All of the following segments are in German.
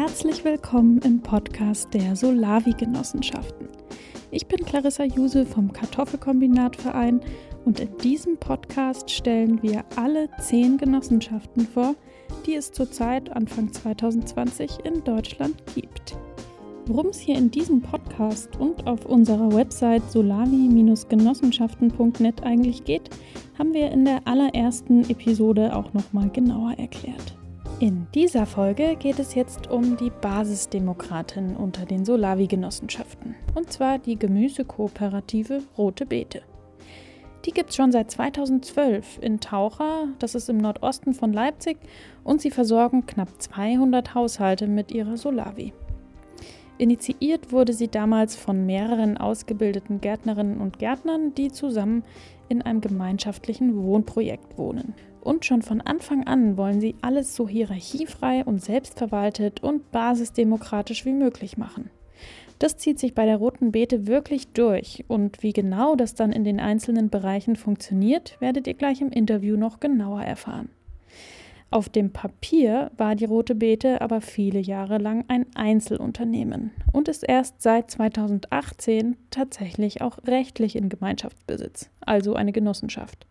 Herzlich willkommen im Podcast der Solawi-Genossenschaften. Ich bin Clarissa Juse vom Kartoffelkombinat-Verein und in diesem Podcast stellen wir alle 10 Genossenschaften vor, die es zurzeit Anfang 2020 in Deutschland gibt. Worum es hier in diesem Podcast und auf unserer Website solawi-genossenschaften.net eigentlich geht, haben wir in der allerersten Episode auch nochmal genauer erklärt. In dieser Folge geht es jetzt um die Basisdemokratin unter den Solawi-Genossenschaften, und zwar die Gemüsekooperative Rote Beete. Die gibt es schon seit 2012 in Taucha, das ist im Nordosten von Leipzig, und sie versorgen knapp 200 Haushalte mit ihrer Solawi. Initiiert wurde sie damals von mehreren ausgebildeten Gärtnerinnen und Gärtnern, die zusammen in einem gemeinschaftlichen Wohnprojekt wohnen. Und schon von Anfang an wollen sie alles so hierarchiefrei und selbstverwaltet und basisdemokratisch wie möglich machen. Das zieht sich bei der Roten Beete wirklich durch, und wie genau das dann in den einzelnen Bereichen funktioniert, werdet ihr gleich im Interview noch genauer erfahren. Auf dem Papier war die Rote Beete aber viele Jahre lang ein Einzelunternehmen und ist erst seit 2018 tatsächlich auch rechtlich in Gemeinschaftsbesitz, also eine Genossenschaft.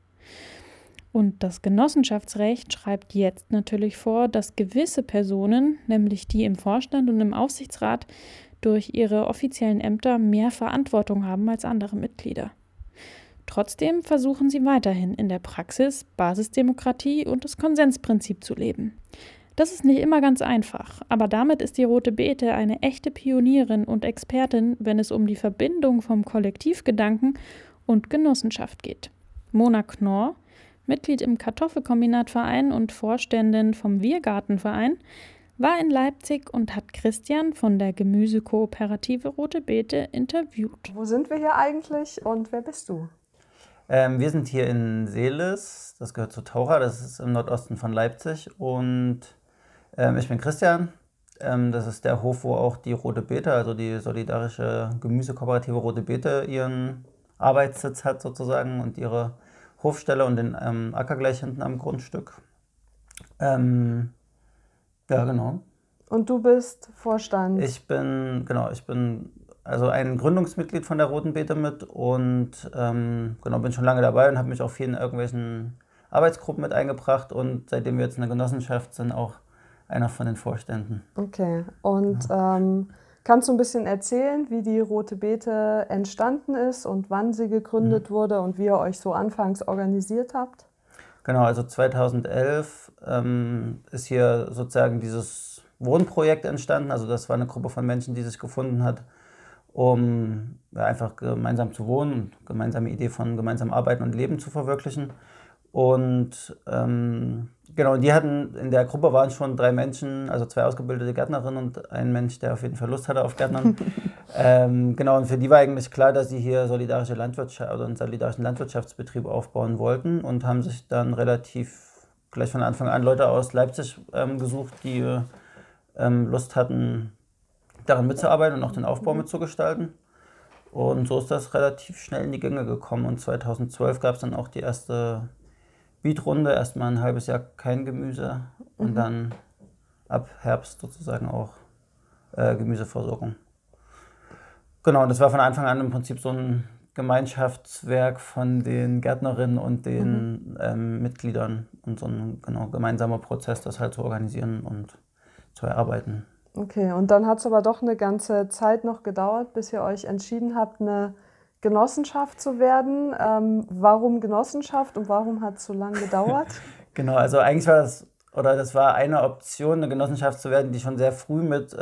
Und das Genossenschaftsrecht schreibt jetzt natürlich vor, dass gewisse Personen, nämlich die im Vorstand und im Aufsichtsrat, durch ihre offiziellen Ämter mehr Verantwortung haben als andere Mitglieder. Trotzdem versuchen sie weiterhin in der Praxis Basisdemokratie und das Konsensprinzip zu leben. Das ist nicht immer ganz einfach, aber damit ist die Rote Beete eine echte Pionierin und Expertin, wenn es um die Verbindung vom Kollektivgedanken und Genossenschaft geht. Mona Knorr, Mitglied im Kartoffelkombinat-Verein und Vorständin vom Wirgartenverein, war in Leipzig und hat Christian von der Gemüsekooperative Rote Beete interviewt. Wo sind wir hier eigentlich und wer bist du? Wir sind hier in Seelis, das gehört zu Taucha, das ist im Nordosten von Leipzig. Und ich bin Christian, das ist der Hof, wo auch die Rote Beete, also die solidarische Gemüsekooperative Rote Beete, ihren Arbeitssitz hat sozusagen und ihre Hofstelle und den Acker gleich hinten am Grundstück. Ja, genau. Und du bist Vorstand? Ich bin also ein Gründungsmitglied von der Roten Beete mit und bin schon lange dabei und habe mich auch viel in irgendwelchen Arbeitsgruppen mit eingebracht und seitdem wir jetzt eine Genossenschaft sind, auch einer von den Vorständen. Okay, und kannst du ein bisschen erzählen, wie die Rote Beete entstanden ist und wann sie gegründet wurde und wie ihr euch so anfangs organisiert habt? Genau, also 2011 ist hier sozusagen dieses Wohnprojekt entstanden. Also das war eine Gruppe von Menschen, die sich gefunden hat, um einfach gemeinsam zu wohnen und gemeinsame Idee von gemeinsam Arbeiten und Leben zu verwirklichen. Und die hatten, in der Gruppe waren schon 3 Menschen, also 2 ausgebildete Gärtnerinnen und ein Mensch, der auf jeden Fall Lust hatte auf Gärtnern. Und für die war eigentlich klar, dass sie hier solidarische Landwirtschaft oder einen solidarischen Landwirtschaftsbetrieb aufbauen wollten und haben sich dann relativ gleich von Anfang an Leute aus Leipzig gesucht, die Lust hatten, daran mitzuarbeiten und auch den Aufbau mitzugestalten. Und so ist das relativ schnell in die Gänge gekommen. Und 2012 gab es dann auch die erste Beetrunde, erstmal ein halbes Jahr kein Gemüse und dann ab Herbst sozusagen auch Gemüseversorgung. Genau, und das war von Anfang an im Prinzip so ein Gemeinschaftswerk von den Gärtnerinnen und den Mitgliedern und so ein gemeinsamer Prozess, das halt zu organisieren und zu erarbeiten. Okay, und dann hat es aber doch eine ganze Zeit noch gedauert, bis ihr euch entschieden habt, eine Genossenschaft zu werden. Warum Genossenschaft und warum hat es so lange gedauert? Genau, also eigentlich war das war eine Option, eine Genossenschaft zu werden, die schon sehr früh mit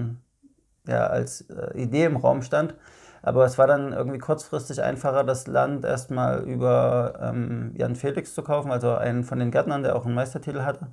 als Idee im Raum stand. Aber es war dann irgendwie kurzfristig einfacher, das Land erstmal über Jan Felix zu kaufen, also einen von den Gärtnern, der auch einen Meistertitel hatte.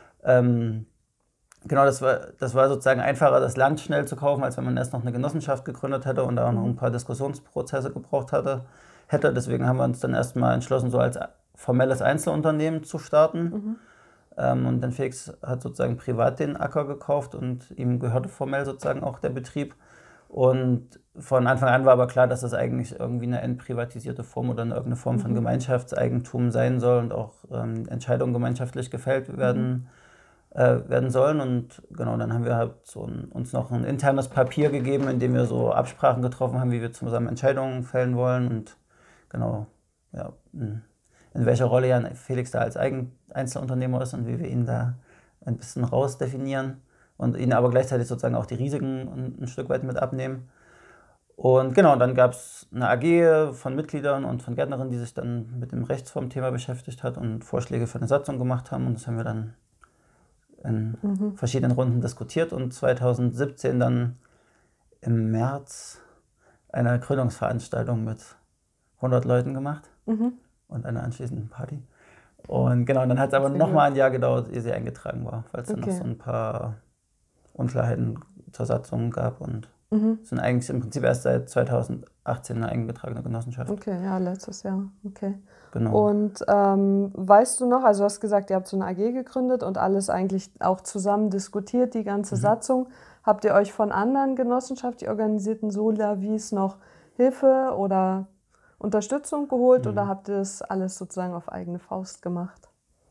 Das war sozusagen einfacher, das Land schnell zu kaufen, als wenn man erst noch eine Genossenschaft gegründet hätte und da auch noch ein paar Diskussionsprozesse gebraucht hätte. Deswegen haben wir uns dann erstmal entschlossen, so als formelles Einzelunternehmen zu starten. Und dann Felix hat sozusagen privat den Acker gekauft und ihm gehörte formell sozusagen auch der Betrieb. Und von Anfang an war aber klar, dass das eigentlich irgendwie eine entprivatisierte Form oder irgendeine Form von Gemeinschaftseigentum sein soll und auch Entscheidungen gemeinschaftlich gefällt werden werden sollen. Und genau, dann haben wir halt uns noch ein internes Papier gegeben, in dem wir so Absprachen getroffen haben, wie wir zusammen Entscheidungen fällen wollen und genau, ja, in welcher Rolle ja Felix da als Einzelunternehmer ist und wie wir ihn da ein bisschen rausdefinieren und ihn aber gleichzeitig sozusagen auch die Risiken ein Stück weit mit abnehmen. Und genau, dann gab es eine AG von Mitgliedern und von Gärtnerinnen, die sich dann mit dem Rechtsformthema beschäftigt hat und Vorschläge für eine Satzung gemacht haben. Und das haben wir dann in verschiedenen Runden diskutiert und 2017 dann im März eine Gründungsveranstaltung mit 100 Leuten gemacht und einer anschließenden Party. Und genau, dann hat es aber nochmal ein Jahr gedauert, ehe sie eingetragen war, weil es dann noch so ein paar Unklarheiten zur Satzung gab und sind eigentlich im Prinzip erst seit 2018 eine eingetragene Genossenschaft. Okay, ja, letztes Jahr. Okay. Genau. Und weißt du noch, also du hast gesagt, ihr habt so eine AG gegründet und alles eigentlich auch zusammen diskutiert, die ganze Satzung. Habt ihr euch von anderen genossenschaftlich organisierten Solavis noch Hilfe oder Unterstützung geholt oder habt ihr das alles sozusagen auf eigene Faust gemacht?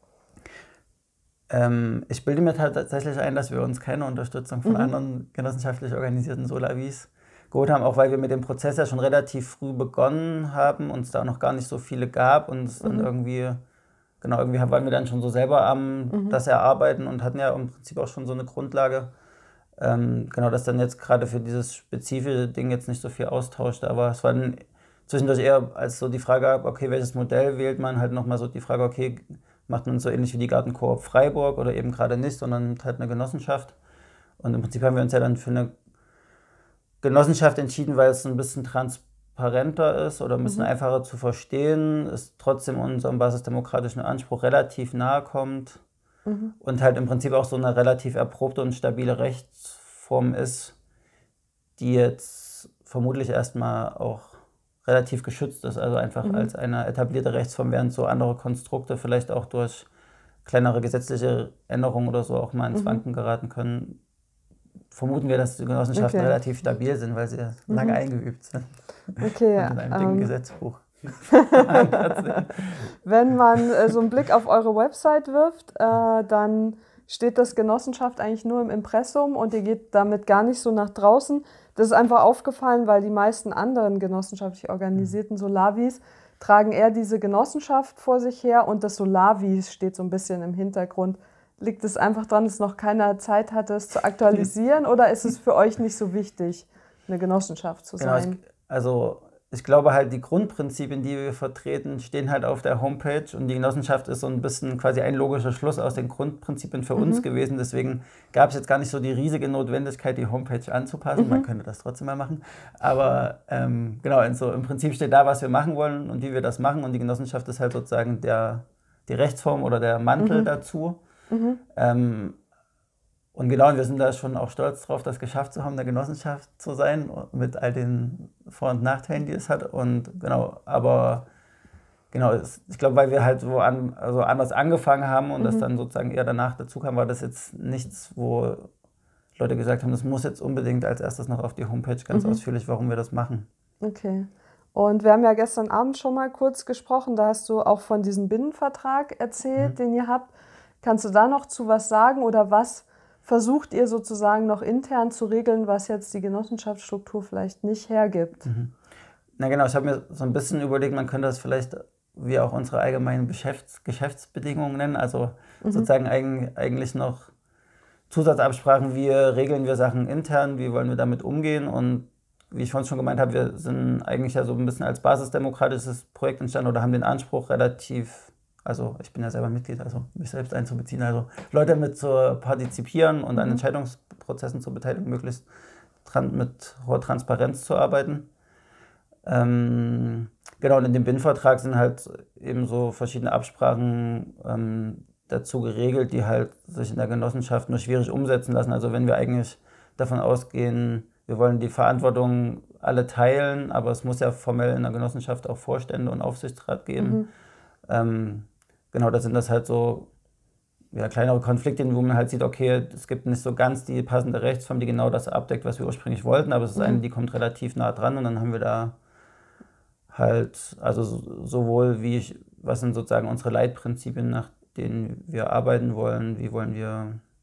Ich bilde mir tatsächlich ein, dass wir uns keine Unterstützung von anderen genossenschaftlich organisierten Solavis geholt haben, auch weil wir mit dem Prozess ja schon relativ früh begonnen haben und es da noch gar nicht so viele gab und es dann irgendwie waren wir dann schon so selber am das erarbeiten und hatten ja im Prinzip auch schon so eine Grundlage. Genau, dass dann jetzt gerade für dieses spezifische Ding jetzt nicht so viel austauscht, aber es war dann zwischendurch eher als so die Frage, okay, welches Modell wählt man, halt nochmal so die Frage, okay, macht man so ähnlich wie die Gartenkoop Freiburg oder eben gerade nicht, sondern halt eine Genossenschaft. Und im Prinzip haben wir uns ja dann für eine Genossenschaft entschieden, weil es ein bisschen transparenter ist oder ein bisschen einfacher zu verstehen, es trotzdem unserem basisdemokratischen Anspruch relativ nahe kommt und halt im Prinzip auch so eine relativ erprobte und stabile Rechtsform ist, die jetzt vermutlich erstmal auch relativ geschützt ist, also einfach als eine etablierte Rechtsform, während so andere Konstrukte vielleicht auch durch kleinere gesetzliche Änderungen oder so auch mal ins Wanken geraten können. Vermuten wir, dass die Genossenschaften relativ stabil sind, weil sie lange eingeübt sind. Okay. Und in einem dicken Gesetzbuch. Wenn man so einen Blick auf eure Website wirft, dann steht das Genossenschaft eigentlich nur im Impressum und ihr geht damit gar nicht so nach draußen. Das ist einfach aufgefallen, weil die meisten anderen genossenschaftlich organisierten Solavis tragen eher diese Genossenschaft vor sich her und das Solavi steht so ein bisschen im Hintergrund. Liegt es einfach daran, dass noch keiner Zeit hatte, es zu aktualisieren oder ist es für euch nicht so wichtig, eine Genossenschaft zu sein? Also ich glaube halt, die Grundprinzipien, die wir vertreten, stehen halt auf der Homepage und die Genossenschaft ist so ein bisschen quasi ein logischer Schluss aus den Grundprinzipien für uns gewesen. Deswegen gab es jetzt gar nicht so die riesige Notwendigkeit, die Homepage anzupassen. Man könnte das trotzdem mal machen. Aber genau, also im Prinzip steht da, was wir machen wollen und wie wir das machen und die Genossenschaft ist halt sozusagen die Rechtsform oder der Mantel dazu. Und genau, wir sind da schon auch stolz drauf, das geschafft zu haben, eine Genossenschaft zu sein, mit all den Vor- und Nachteilen, die es hat. Und genau, aber genau, ich glaube, weil wir halt so anders angefangen haben und das dann sozusagen eher danach dazu kam, war das jetzt nichts, wo Leute gesagt haben, das muss jetzt unbedingt als erstes noch auf die Homepage ganz ausführlich, warum wir das machen. Okay. Und wir haben ja gestern Abend schon mal kurz gesprochen, da hast du auch von diesem Binnenvertrag erzählt, den ihr habt. Kannst du da noch zu was sagen oder was versucht ihr sozusagen noch intern zu regeln, was jetzt die Genossenschaftsstruktur vielleicht nicht hergibt? Na genau, ich habe mir so ein bisschen überlegt, man könnte das vielleicht wie auch unsere allgemeinen Geschäftsbedingungen nennen, also sozusagen eigentlich noch Zusatzabsprachen, wie regeln wir Sachen intern, wie wollen wir damit umgehen und wie ich vorhin schon gemeint habe, wir sind eigentlich ja so ein bisschen als basisdemokratisches Projekt entstanden oder haben den Anspruch relativ, also ich bin ja selber Mitglied, also mich selbst einzubeziehen, also Leute mit zu partizipieren und an Entscheidungsprozessen zu beteiligen, möglichst mit hoher Transparenz zu arbeiten. Genau, und in dem BIN-Vertrag sind halt eben so verschiedene Absprachen dazu geregelt, die halt sich in der Genossenschaft nur schwierig umsetzen lassen. Also wenn wir eigentlich davon ausgehen, wir wollen die Verantwortung alle teilen, aber es muss ja formell in der Genossenschaft auch Vorstände und Aufsichtsrat geben. Genau, da sind das halt so kleinere Konflikte, wo man halt sieht, okay, es gibt nicht so ganz die passende Rechtsform, die genau das abdeckt, was wir ursprünglich wollten, aber es ist eine, die kommt relativ nah dran und dann haben wir da halt, also sowohl was sind sozusagen unsere Leitprinzipien, nach denen wir arbeiten wollen, wie wollen wir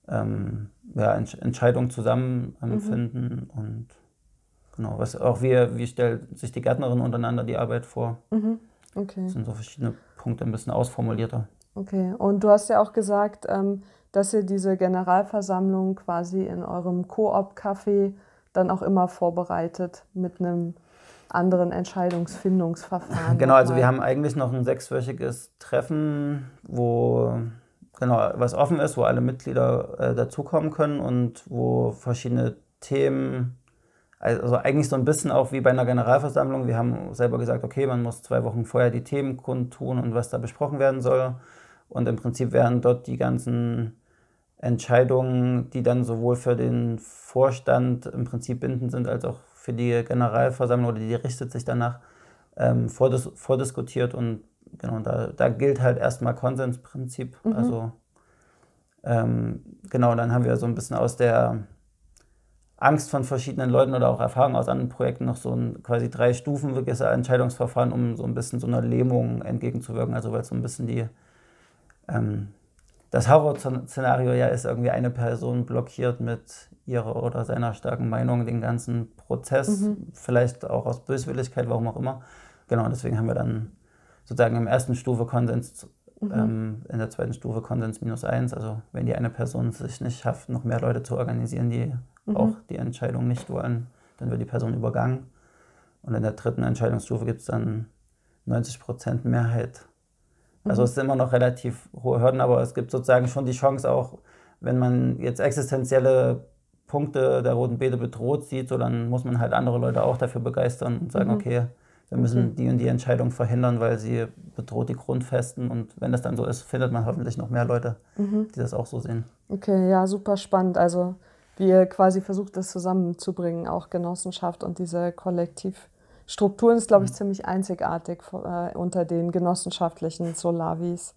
Entscheidungen zusammen finden und genau, wie stellt sich die Gärtnerin untereinander die Arbeit vor? Okay. Das sind so verschiedene Punkte, ein bisschen ausformulierter. Okay, und du hast ja auch gesagt, dass ihr diese Generalversammlung quasi in eurem Coop-Café dann auch immer vorbereitet mit einem anderen Entscheidungsfindungsverfahren. Genau, also wir haben eigentlich noch ein 6-wöchiges Treffen, was offen ist, wo alle Mitglieder dazukommen können und wo verschiedene Themen, also eigentlich so ein bisschen auch wie bei einer Generalversammlung. Wir haben selber gesagt, okay, man muss 2 Wochen vorher die Themen kundtun und was da besprochen werden soll. Und im Prinzip werden dort die ganzen Entscheidungen, die dann sowohl für den Vorstand im Prinzip bindend sind, als auch für die Generalversammlung, oder die richtet sich danach, vordiskutiert. Und genau, da gilt halt erstmal Konsensprinzip. Also genau, dann haben wir so ein bisschen aus der Angst von verschiedenen Leuten oder auch Erfahrungen aus anderen Projekten noch so ein quasi 3-stufiges Entscheidungsverfahren, um so ein bisschen so einer Lähmung entgegenzuwirken. Also weil so ein bisschen das Horrorszenario ja ist, irgendwie eine Person blockiert mit ihrer oder seiner starken Meinung den ganzen Prozess, vielleicht auch aus Böswilligkeit, warum auch immer. Genau, deswegen haben wir dann sozusagen im ersten Stufe Konsens, in der zweiten Stufe Konsens -1. Also wenn die eine Person es sich nicht schafft, noch mehr Leute zu organisieren, die auch die Entscheidung nicht wollen, dann wird die Person übergangen. Und in der dritten Entscheidungsstufe gibt es dann 90% Mehrheit. Also es sind immer noch relativ hohe Hürden, aber es gibt sozusagen schon die Chance auch, wenn man jetzt existenzielle Punkte der Roten Beete bedroht sieht, so dann muss man halt andere Leute auch dafür begeistern und sagen, okay, wir müssen die und die Entscheidung verhindern, weil sie bedroht die Grundfesten. Und wenn das dann so ist, findet man hoffentlich noch mehr Leute, die das auch so sehen. Okay, ja, super spannend. Also wie ihr quasi versucht, das zusammenzubringen, auch Genossenschaft und diese Kollektivstrukturen ist, glaube ich, ziemlich einzigartig unter den genossenschaftlichen Solavis.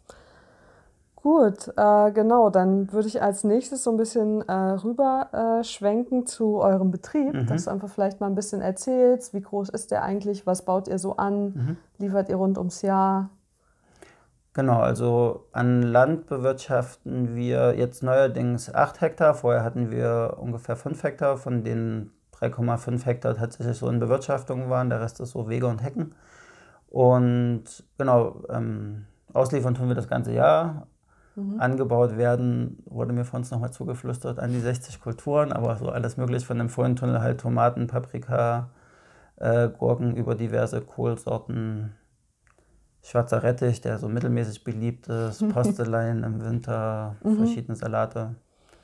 Gut, genau, dann würde ich als nächstes so ein bisschen rüber schwenken zu eurem Betrieb, dass du einfach vielleicht mal ein bisschen erzählst, wie groß ist der eigentlich, was baut ihr so an, liefert ihr rund ums Jahr? Genau, also an Land bewirtschaften wir jetzt neuerdings 8 Hektar. Vorher hatten wir ungefähr 5 Hektar, von denen 3,5 Hektar tatsächlich so in Bewirtschaftung waren. Der Rest ist so Wege und Hecken. Und genau, ausliefern tun wir das ganze Jahr. Angebaut werden, wurde mir von uns nochmal zugeflüstert, an die 60 Kulturen, aber so alles möglich von dem Folientunnel, halt Tomaten, Paprika, Gurken über diverse Kohlsorten, schwarzer Rettich, der so mittelmäßig beliebt ist, Pasteleien im Winter, verschiedene Salate.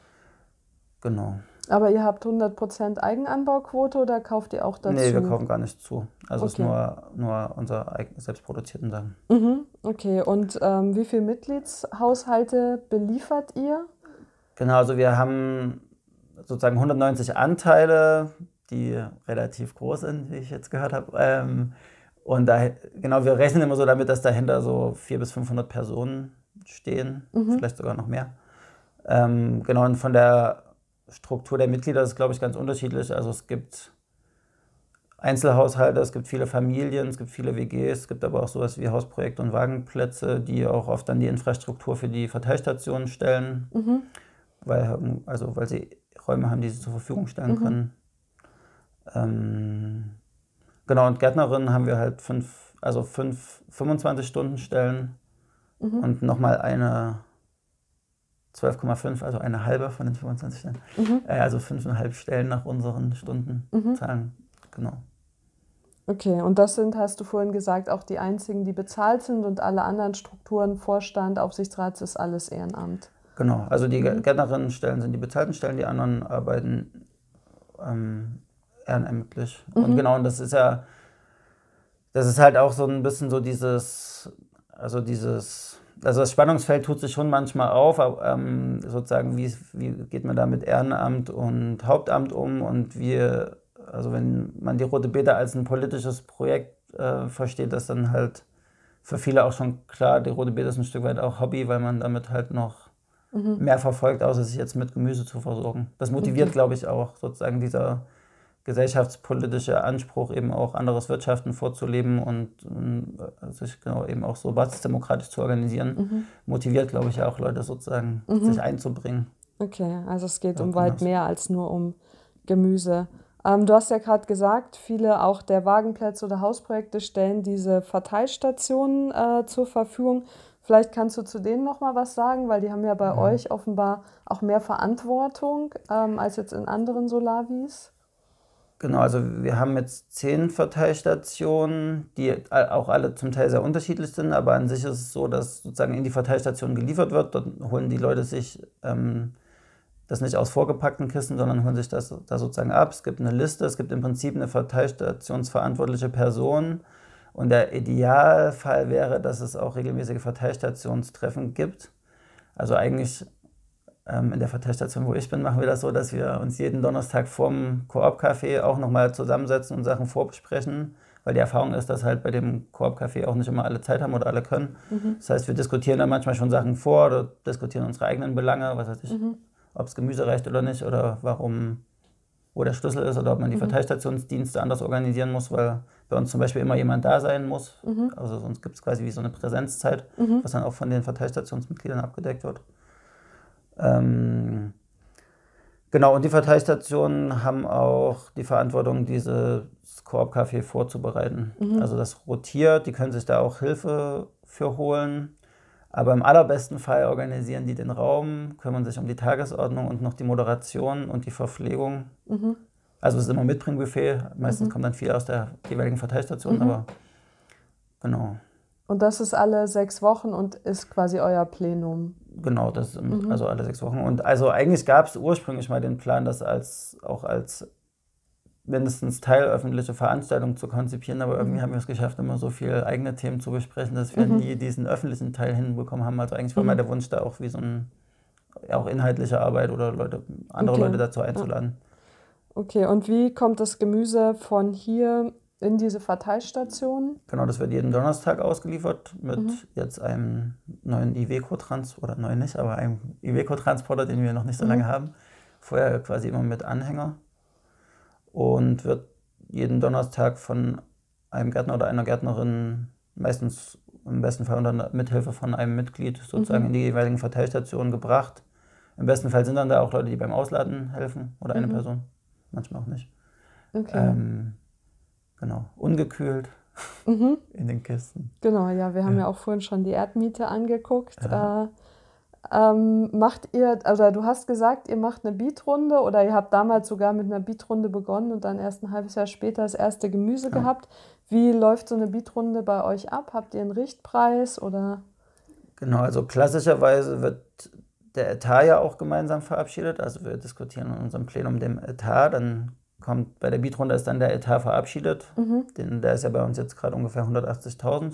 Genau. Aber ihr habt 100% Eigenanbauquote oder kauft ihr auch dazu? Nee, wir kaufen gar nicht zu. Also es ist nur unser selbstproduzierten Sachen. Okay, und wie viele Mitgliedshaushalte beliefert ihr? Genau, also wir haben sozusagen 190 Anteile, die relativ groß sind, wie ich jetzt gehört habe. Und genau, wir rechnen immer so damit, dass dahinter so 400 bis 500 Personen stehen, vielleicht sogar noch mehr. Genau, und von der Struktur der Mitglieder ist, glaube ich, ganz unterschiedlich. Also es gibt Einzelhaushalte, es gibt viele Familien, es gibt viele WGs, es gibt aber auch sowas wie Hausprojekte und Wagenplätze, die auch oft dann die Infrastruktur für die Verteilstationen stellen, weil sie Räume haben, die sie zur Verfügung stellen können. Genau, und Gärtnerinnen haben wir halt 5 25-Stunden-Stellen und nochmal eine 12,5, also eine halbe von den 25 Stellen. Also 5,5 Stellen nach unseren Stundenzahlen. Genau. Okay, und das sind, hast du vorhin gesagt, auch die einzigen, die bezahlt sind und alle anderen Strukturen, Vorstand, Aufsichtsrat, ist alles Ehrenamt. Genau, also die Gärtnerinnenstellen sind die bezahlten Stellen, die anderen arbeiten ehrenamtlich. Und genau, und das ist halt auch so ein bisschen so also das Spannungsfeld tut sich schon manchmal auf, aber, sozusagen, wie geht man da mit Ehrenamt und Hauptamt um und also wenn man die Rote Beete als ein politisches Projekt versteht, das dann halt für viele auch schon klar, die Rote Beete ist ein Stück weit auch Hobby, weil man damit halt noch mehr verfolgt, außer sich jetzt mit Gemüse zu versorgen. Das motiviert, glaube ich, auch sozusagen dieser gesellschaftspolitische Anspruch, eben auch anderes Wirtschaften vorzuleben und sich genau eben auch so basisdemokratisch zu organisieren, motiviert, glaube ich, auch Leute sozusagen, sich einzubringen. Okay, also es geht Ja, um genau. weit mehr als nur um Gemüse. Du hast ja gerade gesagt, viele auch der Wagenplätze oder Hausprojekte stellen diese Verteilstationen zur Verfügung. Vielleicht kannst du zu denen noch mal was sagen, weil die haben ja bei euch offenbar auch mehr Verantwortung als jetzt in anderen Solavis. Genau, also wir haben jetzt 10 Verteilstationen, die auch alle zum Teil sehr unterschiedlich sind, aber an sich ist es so, dass sozusagen in die Verteilstation geliefert wird. Dort holen die Leute sich das nicht aus vorgepackten Kisten, sondern holen sich das da sozusagen ab. Es gibt eine Liste, es gibt im Prinzip eine verteilstationsverantwortliche Person. Und der Idealfall wäre, dass es auch regelmäßige Verteilstationstreffen gibt. Also eigentlich in der Verteilstation, wo ich bin, machen wir das so, dass wir uns jeden Donnerstag vorm Coop-Café auch nochmal zusammensetzen und Sachen vorbesprechen, weil die Erfahrung ist, dass halt bei dem Coop-Café auch nicht immer alle Zeit haben oder alle können. Das heißt, wir diskutieren dann manchmal schon Sachen vor oder diskutieren unsere eigenen Belange, was weiß ich, ob es Gemüse reicht oder nicht oder wo der Schlüssel ist oder ob man die Verteilstationsdienste anders organisieren muss, weil bei uns zum Beispiel immer jemand da sein muss. Also sonst gibt es quasi wie so eine Präsenzzeit, was dann auch von den Verteilstationsmitgliedern abgedeckt wird. Genau, und die Verteilstationen haben auch die Verantwortung, dieses Coop-Café vorzubereiten. Also das rotiert, die können sich da auch Hilfe für holen. Aber im allerbesten Fall organisieren die den Raum, kümmern sich um die Tagesordnung und noch die Moderation und die Verpflegung. Also es ist immer Mitbringbuffet, meistens kommt dann viel aus der jeweiligen Verteilstation, aber genau. Und das ist alle 6 Wochen und ist quasi euer Plenum. Genau, das sind also alle 6 Wochen. Und also eigentlich gab es ursprünglich mal den Plan, das auch als mindestens teilöffentliche Veranstaltung zu konzipieren, aber irgendwie haben wir es geschafft, immer so viele eigene Themen zu besprechen, dass wir nie diesen öffentlichen Teil hinbekommen haben. Also eigentlich war mal der Wunsch da auch wie so auch inhaltliche Arbeit oder andere Leute dazu einzuladen. Okay, und wie kommt das Gemüse von hier in diese Verteilstation? Genau, das wird jeden Donnerstag ausgeliefert mit jetzt einem neuen oder neu nicht, aber einem Iveco-Transporter, den wir noch nicht so lange haben. Vorher quasi immer mit Anhänger. Und wird jeden Donnerstag von einem Gärtner oder einer Gärtnerin, meistens im besten Fall unter Mithilfe von einem Mitglied, sozusagen in die jeweiligen Verteilstationen gebracht. Im besten Fall sind dann da auch Leute, die beim Ausladen helfen oder eine Person, manchmal auch nicht. Okay. Genau, ungekühlt in den Kisten. Genau, ja, wir haben ja auch vorhin schon die Erdmiete angeguckt. Macht ihr, also du hast gesagt, ihr macht eine Beetrunde oder ihr habt damals sogar mit einer Beetrunde begonnen und dann erst ein halbes Jahr später das erste Gemüse gehabt. Wie läuft so eine Beetrunde bei euch ab? Habt ihr einen Richtpreis oder? Genau, also klassischerweise wird der Etat ja auch gemeinsam verabschiedet. Also wir diskutieren in unserem Plenum den Etat, dann kommt bei der Beetrunde ist dann der Etat verabschiedet. Der ist ja bei uns jetzt gerade ungefähr 180.000.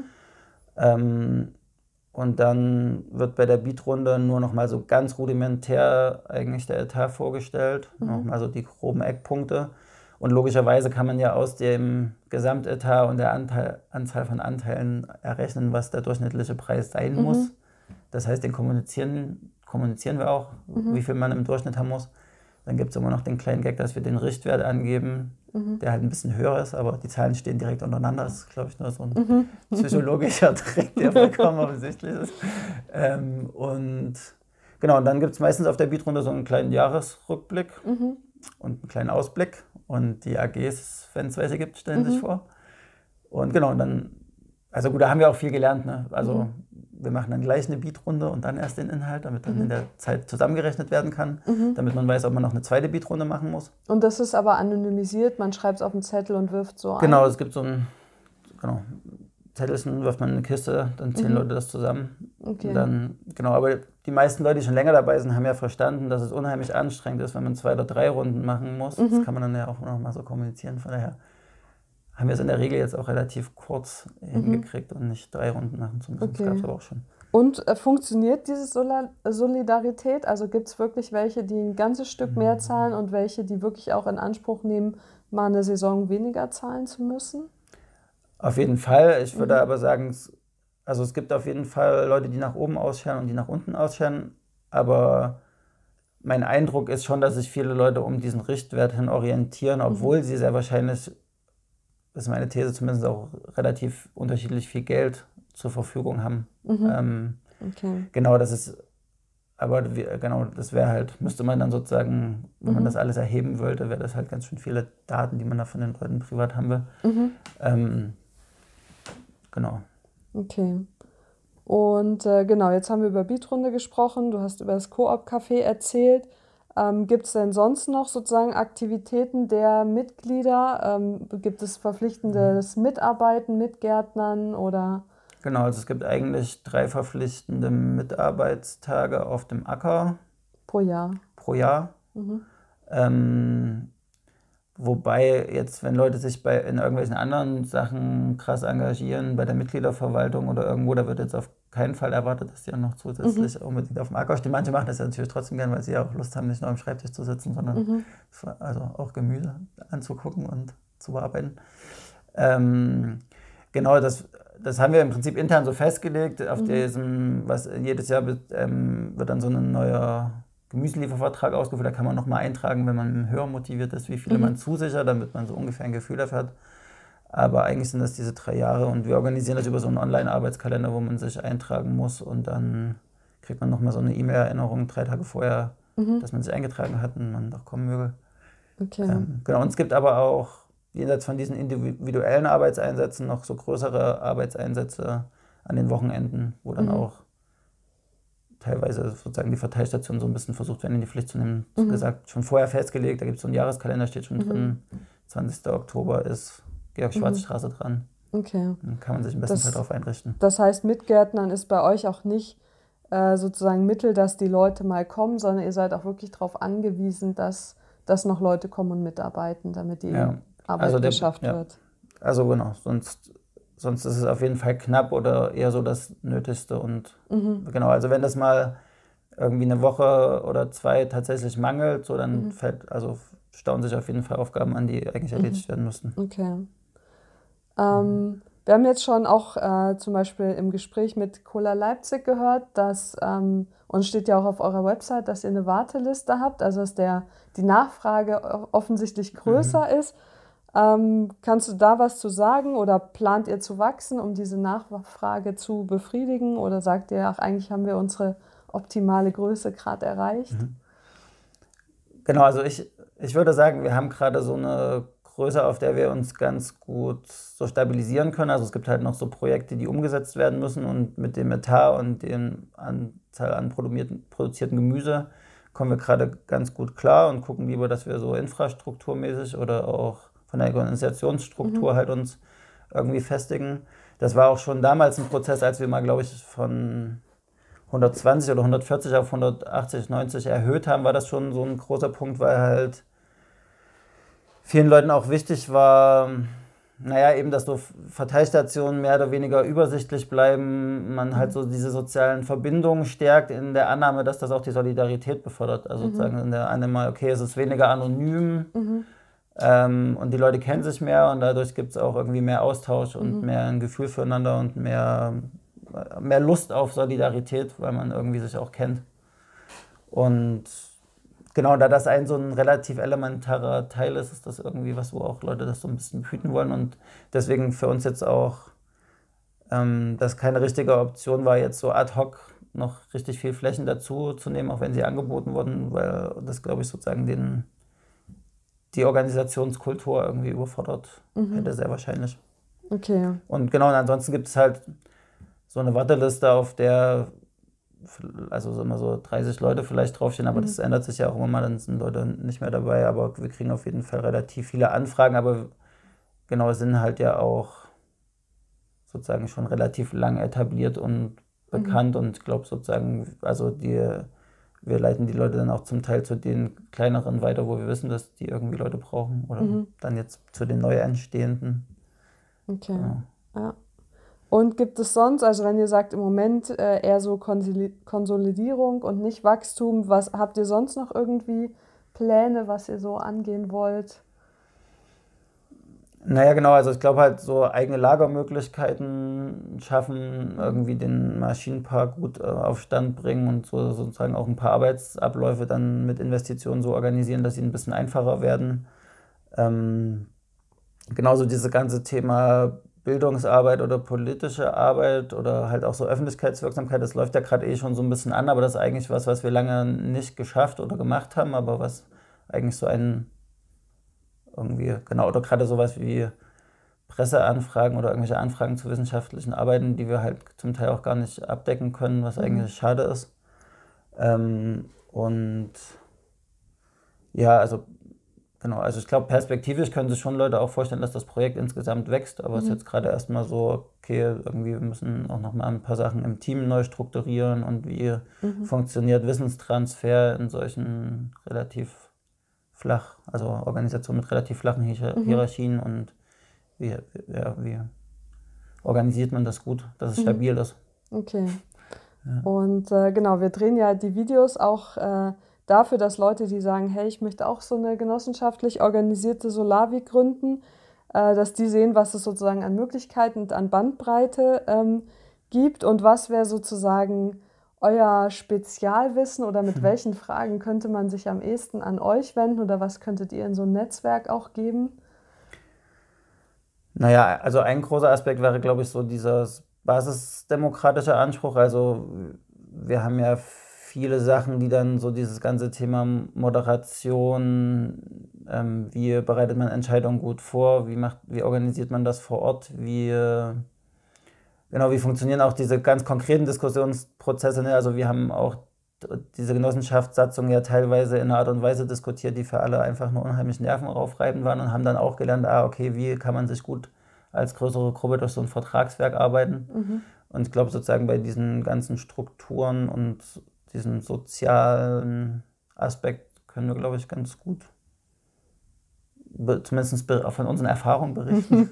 Und dann wird bei der Beetrunde nur noch mal so ganz rudimentär eigentlich der Etat vorgestellt, nochmal so die groben Eckpunkte. Und logischerweise kann man ja aus dem Gesamtetat und der Anzahl von Anteilen errechnen, was der durchschnittliche Preis sein muss. Das heißt, den kommunizieren wir auch, wie viel man im Durchschnitt haben muss. Dann gibt es immer noch den kleinen Gag, dass wir den Richtwert angeben, der halt ein bisschen höher ist, aber die Zahlen stehen direkt untereinander. Das ist, glaube ich, nur so ein psychologischer Trick, der vollkommen offensichtlich ist. Und genau, und dann gibt es meistens auf der Beetrunde so einen kleinen Jahresrückblick und einen kleinen Ausblick. Und die AGs, wenn es welche gibt, stellen sich vor. Und genau, und dann, also gut, da haben wir auch viel gelernt. Ne? Also wir machen dann gleich eine Beetrunde und dann erst den Inhalt, damit dann in der Zeit zusammengerechnet werden kann, damit man weiß, ob man noch eine zweite Beetrunde machen muss. Und das ist aber anonymisiert, man schreibt es auf einen Zettel und wirft so ein? Genau, es gibt so ein Zettelchen, wirft man in eine Kiste, dann zählen Leute das zusammen. Okay. Und dann, genau, aber die meisten Leute, die schon länger dabei sind, haben ja verstanden, dass es unheimlich anstrengend ist, wenn man 2 oder 3 Runden machen muss. Das kann man dann ja auch noch mal so kommunizieren. Von daher haben wir es in der Regel jetzt auch relativ kurz hingekriegt und nicht 3 Runden machen zu müssen. Okay. Das gab es aber auch schon. Und funktioniert diese Solidarität? Also gibt es wirklich welche, die ein ganzes Stück mehr zahlen und welche, die wirklich auch in Anspruch nehmen, mal eine Saison weniger zahlen zu müssen? Auf jeden Fall. Ich würde aber sagen, es gibt auf jeden Fall Leute, die nach oben ausscheren und die nach unten ausscheren. Aber mein Eindruck ist schon, dass sich viele Leute um diesen Richtwert hin orientieren, obwohl sie sehr wahrscheinlich, das ist meine These, zumindest auch relativ unterschiedlich viel Geld zur Verfügung haben. Okay. Genau, das ist aber genau, das wäre halt, müsste man dann sozusagen, wenn man das alles erheben wollte, wäre das halt ganz schön viele Daten, die man da von den Leuten privat haben will. Genau. Okay. Und genau, jetzt haben wir über Beatrunde gesprochen, du hast über das Coop-Café erzählt. Gibt es denn sonst noch sozusagen Aktivitäten der Mitglieder? Gibt es verpflichtendes Mitarbeiten mit Gärtnern oder? Genau, also es gibt eigentlich 3 verpflichtende Mitarbeitstage auf dem Acker Pro Jahr. pro Jahr. Wobei jetzt, wenn Leute sich in irgendwelchen anderen Sachen krass engagieren, bei der Mitgliederverwaltung oder irgendwo, da wird jetzt auf keinen Fall erwartet, dass die dann noch zusätzlich unbedingt auf dem Acker stehen. Manche machen das ja natürlich trotzdem gern, weil sie ja auch Lust haben, nicht nur am Schreibtisch zu sitzen, sondern also auch Gemüse anzugucken und zu bearbeiten. Genau, das haben wir im Prinzip intern so festgelegt. Auf diesem, jedes Jahr wird dann so ein neuer Gemüseliefervertrag ausgeführt. Da kann man nochmal eintragen, wenn man höher motiviert ist, wie viele man zusichert, damit man so ungefähr ein Gefühl dafür hat. Aber eigentlich sind das diese 3 Jahre und wir organisieren das über so einen Online-Arbeitskalender, wo man sich eintragen muss und dann kriegt man nochmal so eine E-Mail-Erinnerung 3 Tage vorher, dass man sich eingetragen hat und man doch kommen möge. Okay. Genau, und es gibt aber auch jenseits von diesen individuellen Arbeitseinsätzen noch so größere Arbeitseinsätze an den Wochenenden, wo dann auch teilweise sozusagen die Verteilstation so ein bisschen versucht werden, in die Pflicht zu nehmen. Wie gesagt, schon vorher festgelegt, da gibt es so einen Jahreskalender, steht schon drin, 20. Oktober ist Georg-Schwarz-Straße dran. Okay. Dann kann man sich ein bisschen Zeit darauf einrichten. Das heißt, mit Gärtnern ist bei euch auch nicht sozusagen Mittel, dass die Leute mal kommen, sondern ihr seid auch wirklich darauf angewiesen, dass noch Leute kommen und mitarbeiten, damit die Arbeit geschafft wird. Also genau, sonst ist es auf jeden Fall knapp oder eher so das Nötigste. Und genau, also wenn das mal irgendwie eine Woche oder 2 tatsächlich mangelt, so dann stauen sich auf jeden Fall Aufgaben an, die eigentlich erledigt werden müssten. Okay. Wir haben jetzt schon auch zum Beispiel im Gespräch mit Cola Leipzig gehört, dass, und steht ja auch auf eurer Website, dass ihr eine Warteliste habt, also dass die Nachfrage offensichtlich größer ist. Kannst du da was zu sagen oder plant ihr zu wachsen, um diese Nachfrage zu befriedigen? Oder sagt ihr, ach, eigentlich haben wir unsere optimale Größe gerade erreicht? Genau, also ich würde sagen, wir haben gerade so eine Größe, auf der wir uns ganz gut so stabilisieren können. Also es gibt halt noch so Projekte, die umgesetzt werden müssen und mit dem Etat und dem Anzahl an produzierten Gemüse kommen wir gerade ganz gut klar und gucken lieber, dass wir so infrastrukturmäßig oder auch von der Organisationsstruktur halt uns irgendwie festigen. Das war auch schon damals ein Prozess, als wir mal, glaube ich, von 120 oder 140 auf 180, 90 erhöht haben, war das schon so ein großer Punkt, weil halt vielen Leuten auch wichtig war, eben, dass so Verteilstationen mehr oder weniger übersichtlich bleiben, man halt so diese sozialen Verbindungen stärkt in der Annahme, dass das auch die Solidarität befördert. Also sozusagen in der Annahme, okay, es ist weniger anonym und die Leute kennen sich mehr und dadurch gibt es auch irgendwie mehr Austausch und mehr ein Gefühl füreinander und mehr Lust auf Solidarität, weil man irgendwie sich auch kennt. Und genau, da das so ein relativ elementarer Teil ist, ist das irgendwie was, wo auch Leute das so ein bisschen behüten wollen. Und deswegen für uns jetzt auch, das keine richtige Option war, jetzt so ad hoc noch richtig viel Flächen dazu zu nehmen, auch wenn sie angeboten wurden, weil das, glaube ich, sozusagen die Organisationskultur irgendwie überfordert hätte, sehr wahrscheinlich. Okay. Und genau, und ansonsten gibt es halt so eine Warteliste, auf der also immer so 30 Leute vielleicht draufstehen, aber das ändert sich ja auch immer mal, dann sind Leute nicht mehr dabei, aber wir kriegen auf jeden Fall relativ viele Anfragen, aber genau, sind halt ja auch sozusagen schon relativ lang etabliert und bekannt und ich glaube sozusagen, also wir leiten die Leute dann auch zum Teil zu den kleineren weiter, wo wir wissen, dass die irgendwie Leute brauchen oder dann jetzt zu den neu entstehenden. Okay, Genau. ja. Und gibt es sonst, also wenn ihr sagt im Moment eher so Konsolidierung und nicht Wachstum, was habt ihr sonst noch irgendwie Pläne, was ihr so angehen wollt? Naja, genau, also ich glaube halt so eigene Lagermöglichkeiten schaffen, irgendwie den Maschinenpark gut auf Stand bringen und so sozusagen auch ein paar Arbeitsabläufe dann mit Investitionen so organisieren, dass sie ein bisschen einfacher werden. Genauso dieses ganze Thema Bildungsarbeit oder politische Arbeit oder halt auch so Öffentlichkeitswirksamkeit, das läuft ja gerade schon so ein bisschen an, aber das ist eigentlich was wir lange nicht geschafft oder gemacht haben, aber was eigentlich so ein irgendwie, genau, oder gerade sowas wie Presseanfragen oder irgendwelche Anfragen zu wissenschaftlichen Arbeiten, die wir halt zum Teil auch gar nicht abdecken können, was eigentlich schade ist. Und ja, also genau, also ich glaube, perspektivisch können sich schon Leute auch vorstellen, dass das Projekt insgesamt wächst, aber es ist jetzt gerade erstmal so, okay, irgendwie wir müssen auch nochmal ein paar Sachen im Team neu strukturieren und wie funktioniert Wissenstransfer in solchen relativ also Organisationen mit relativ flachen Hierarchien und wie organisiert man das gut, dass es stabil ist. Okay. Ja. Und genau, wir drehen ja die Videos auch dafür, dass Leute, die sagen, hey, ich möchte auch so eine genossenschaftlich organisierte Solavi gründen, dass die sehen, was es sozusagen an Möglichkeiten und an Bandbreite gibt und was wäre sozusagen euer Spezialwissen oder mit welchen Fragen könnte man sich am ehesten an euch wenden oder was könntet ihr in so ein Netzwerk auch geben? Naja, also ein großer Aspekt wäre, glaube ich, so dieser basisdemokratische Anspruch. Also wir haben ja viele Sachen, die dann so dieses ganze Thema Moderation, wie bereitet man Entscheidungen gut vor, wie organisiert man das vor Ort, wie funktionieren auch diese ganz konkreten Diskussionsprozesse. Ne? Also wir haben auch diese Genossenschaftssatzung ja teilweise in einer Art und Weise diskutiert, die für alle einfach nur unheimlich nervenaufreibend waren und haben dann auch gelernt, okay, wie kann man sich gut als größere Gruppe durch so ein Vertragswerk arbeiten. Und ich glaube sozusagen bei diesen ganzen Strukturen und diesen sozialen Aspekt können wir, glaube ich, ganz gut zumindest von unseren Erfahrungen berichten.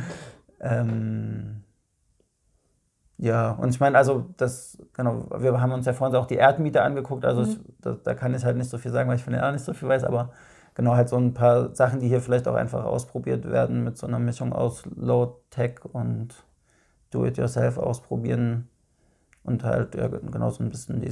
Ja, und ich meine, also wir haben uns ja vorhin auch die Erdmiete angeguckt, also da kann ich halt nicht so viel sagen, weil ich von der nicht so viel weiß, aber genau halt so ein paar Sachen, die hier vielleicht auch einfach ausprobiert werden mit so einer Mischung aus Low-Tech und Do-it-yourself ausprobieren und halt ja, genau so ein bisschen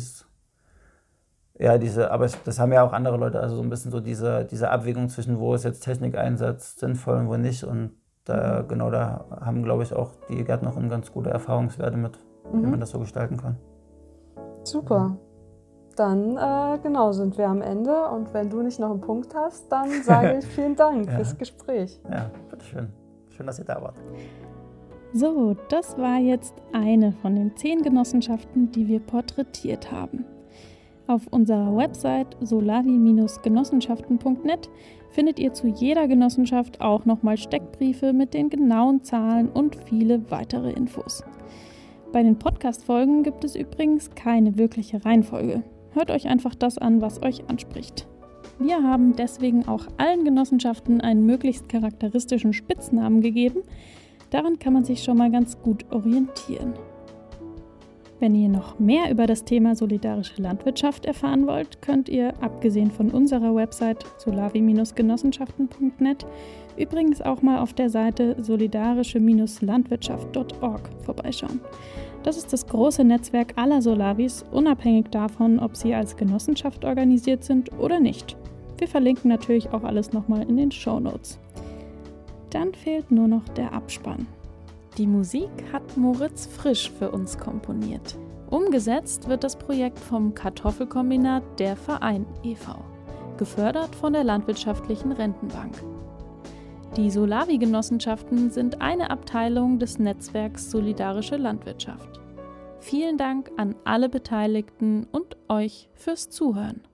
aber das haben ja auch andere Leute, also so ein bisschen so diese Abwägung zwischen, wo ist jetzt Technikeinsatz sinnvoll und wo nicht und da haben, glaube ich, auch die Gärtnerinnen ganz gute Erfahrungswerte mit, wie man das so gestalten kann. Super. Dann sind wir am Ende und wenn du nicht noch einen Punkt hast, dann sage ich vielen Dank fürs Gespräch. Ja, bitteschön. Schön, dass ihr da wart. So, das war jetzt eine von den 10 Genossenschaften, die wir porträtiert haben. Auf unserer Website solavi-genossenschaften.net findet ihr zu jeder Genossenschaft auch nochmal Steckbriefe mit den genauen Zahlen und viele weitere Infos. Bei den Podcast-Folgen gibt es übrigens keine wirkliche Reihenfolge. Hört euch einfach das an, was euch anspricht. Wir haben deswegen auch allen Genossenschaften einen möglichst charakteristischen Spitznamen gegeben. Daran kann man sich schon mal ganz gut orientieren. Wenn ihr noch mehr über das Thema solidarische Landwirtschaft erfahren wollt, könnt ihr, abgesehen von unserer Website solavi-genossenschaften.net, übrigens auch mal auf der Seite solidarische-landwirtschaft.org vorbeischauen. Das ist das große Netzwerk aller Solavis, unabhängig davon, ob sie als Genossenschaft organisiert sind oder nicht. Wir verlinken natürlich auch alles nochmal in den Shownotes. Dann fehlt nur noch der Abspann. Die Musik hat Moritz Frisch für uns komponiert. Umgesetzt wird das Projekt vom Kartoffelkombinat Der Verein e.V., gefördert von der Landwirtschaftlichen Rentenbank. Die Solavi-Genossenschaften sind eine Abteilung des Netzwerks Solidarische Landwirtschaft. Vielen Dank an alle Beteiligten und euch fürs Zuhören.